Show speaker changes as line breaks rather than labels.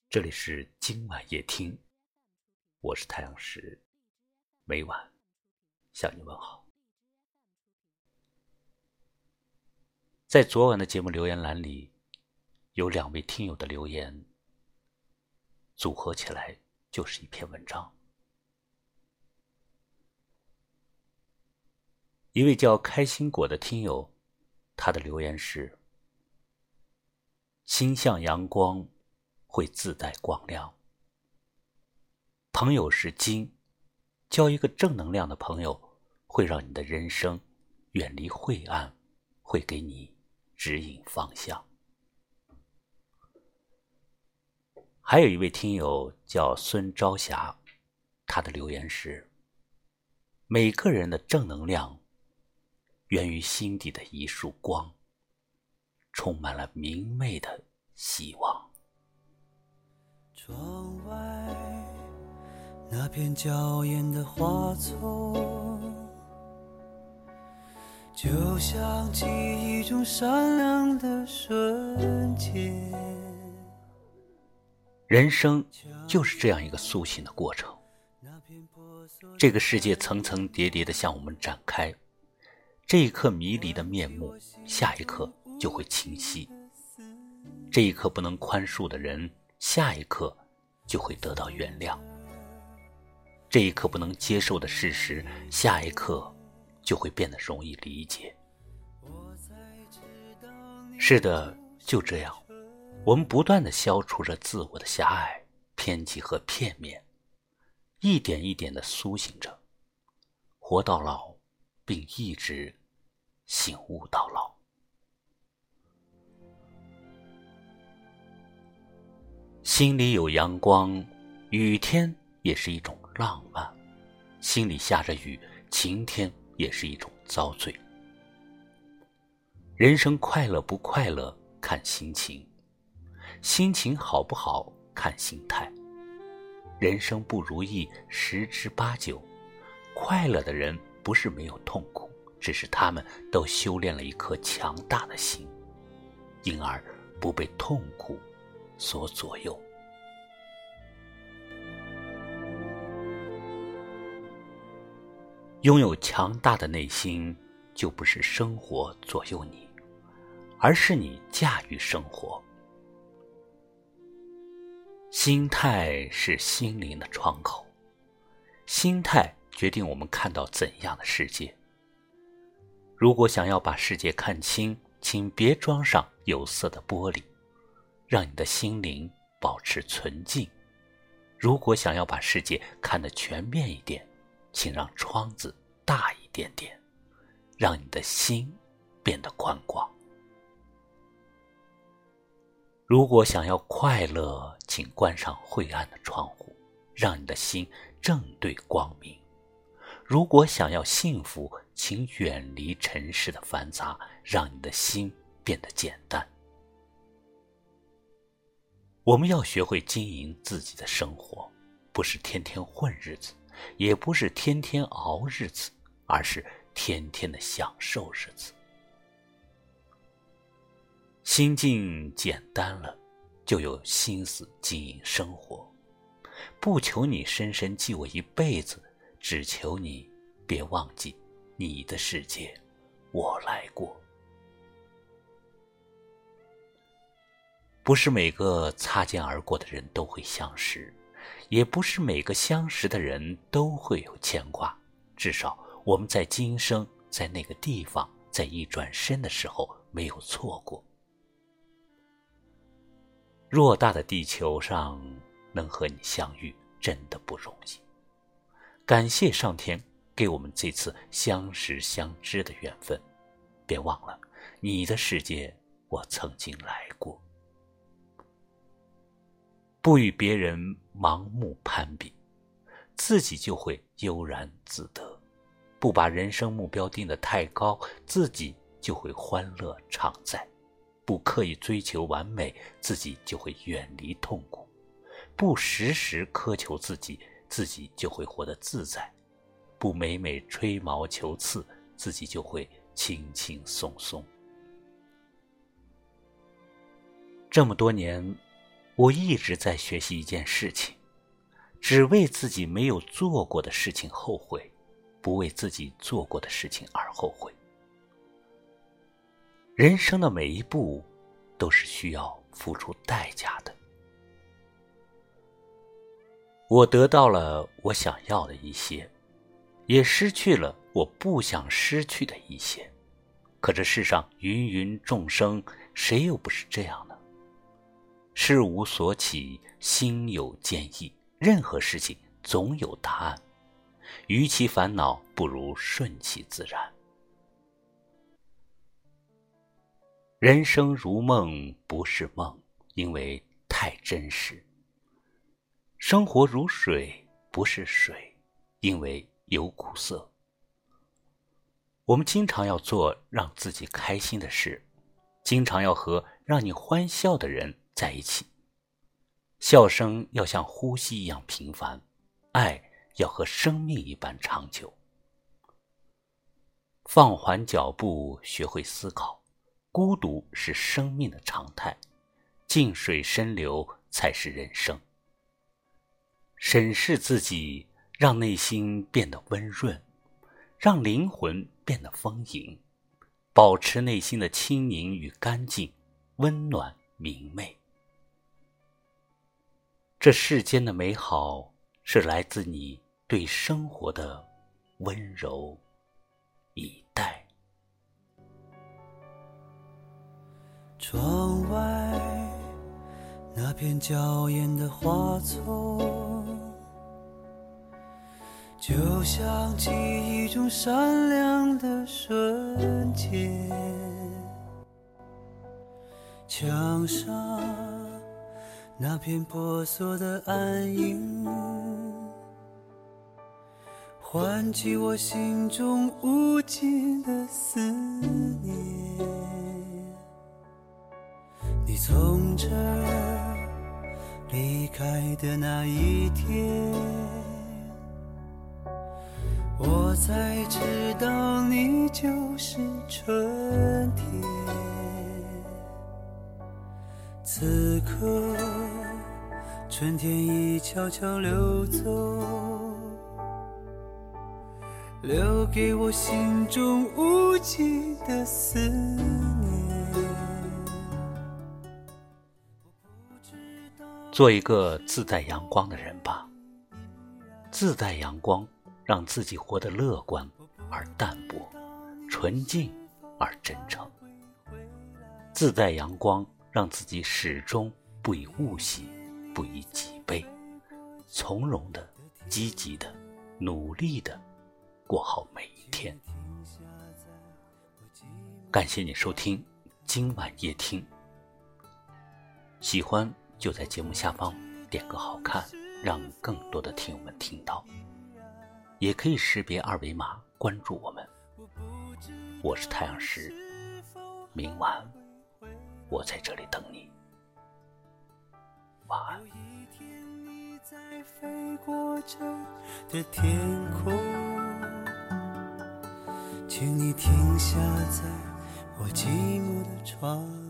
这里是今晚夜听，我是太阳石，每晚向你问好。在昨晚的节目留言栏里，有2位听友的留言，组合起来就是一篇文章。一位叫开心果的听友，他的留言是：心向阳光会自带光亮。朋友是金，交一个正能量的朋友，会让你的人生远离晦暗，会给你指引方向。还有一位听友叫孙朝霞，他的留言是：每个人的正能量源于心底的一束光，充满了明媚的希望。
窗外那片娇艳的花丛，就像记忆中闪亮的瞬间。
人生就是这样一个苏醒的过程，这个世界层层叠叠地向我们展开，这一刻迷离的面目，下一刻就会清晰。这一刻不能宽恕的人，下一刻就会得到原谅。这一刻不能接受的事实，下一刻就会变得容易理解。是的，就这样，我们不断地消除着自我的狭隘、偏激和片面，一点一点地苏醒着，活到老，并一直醒悟到老。心里有阳光，雨天也是一种浪漫；心里下着雨，晴天也是一种遭罪。人生快乐不快乐看心情，心情好不好看心态。人生不如意十之八九，快乐的人不是没有痛苦，只是他们都修炼了一颗强大的心，因而不被痛苦所左右。拥有强大的内心，就不是生活左右你，而是你驾驭生活。心态是心灵的窗口，心态决定我们看到怎样的世界。如果想要把世界看清，请别装上有色的玻璃，让你的心灵保持纯净。如果想要把世界看得全面一点，请让窗子大一点点，让你的心变得宽广。如果想要快乐，请关上晦暗的窗户，让你的心正对光明。如果想要幸福，请远离尘世的繁杂，让你的心变得简单。我们要学会经营自己的生活，不是天天混日子，也不是天天熬日子，而是天天的享受日子。心境简单了，就有心思经营生活。不求你深深记我一辈子，只求你别忘记你的世界我来过。不是每个擦肩而过的人都会相识，也不是每个相识的人都会有牵挂，至少我们在今生，在那个地方，在一转身的时候没有错过。偌大的地球上能和你相遇真的不容易，感谢上天给我们这次相识相知的缘分。别忘了，你的世界我曾经来过。不与别人盲目攀比，自己就会悠然自得；不把人生目标定得太高，自己就会欢乐常在；不刻意追求完美，自己就会远离痛苦；不时时苛求自己，自己就会活得自在；不每每吹毛求疵，自己就会轻轻松松。这么多年， 我一直在学习一件事情，只为自己没有做过的事情后悔，不为自己做过的事情而后悔。人生的每一步都是需要付出代价的。我得到了我想要的一些，也失去了我不想失去的一些。可这世上芸芸众生，谁又不是这样呢？事无所起，心有坚毅，任何事情总有答案。与其烦恼，不如顺其自然。人生如梦，不是梦，因为太真实。生活如水，不是水，因为有苦涩。我们经常要做让自己开心的事，经常要和让你欢笑的人在一起。笑声要像呼吸一样平凡，爱要和生命一般长久。放缓脚步，学会思考，孤独是生命的常态，静水深流才是人生。审视自己，让内心变得温润，让灵魂变得丰盈，保持内心的清宁与干净，温暖明媚。这世间的美好是来自你对生活的温柔以待。
窗外那片娇艳的花丛，就像记忆中闪亮的瞬间。墙上那片婆娑的暗影，唤起我心中无尽的思念。你从这儿离开的那一天，我才知道你就是春天。此刻春天已悄悄溜走，留给我心中无尽的思念。
做一个自带阳光的人吧，自带阳光，让自己活得乐观而淡泊，纯净而真诚。自带阳光，让自己始终不以物喜，不以己悲，从容的、积极的、努力的过好每一天。感谢你收听今晚夜听，喜欢就在节目下方点个好看，让更多的听友们听到。也可以识别二维码关注我们。我是太阳石，明晚我在这里等你。晚安。
有一天你在飞过这的天空，请你停下在我寂寞的窗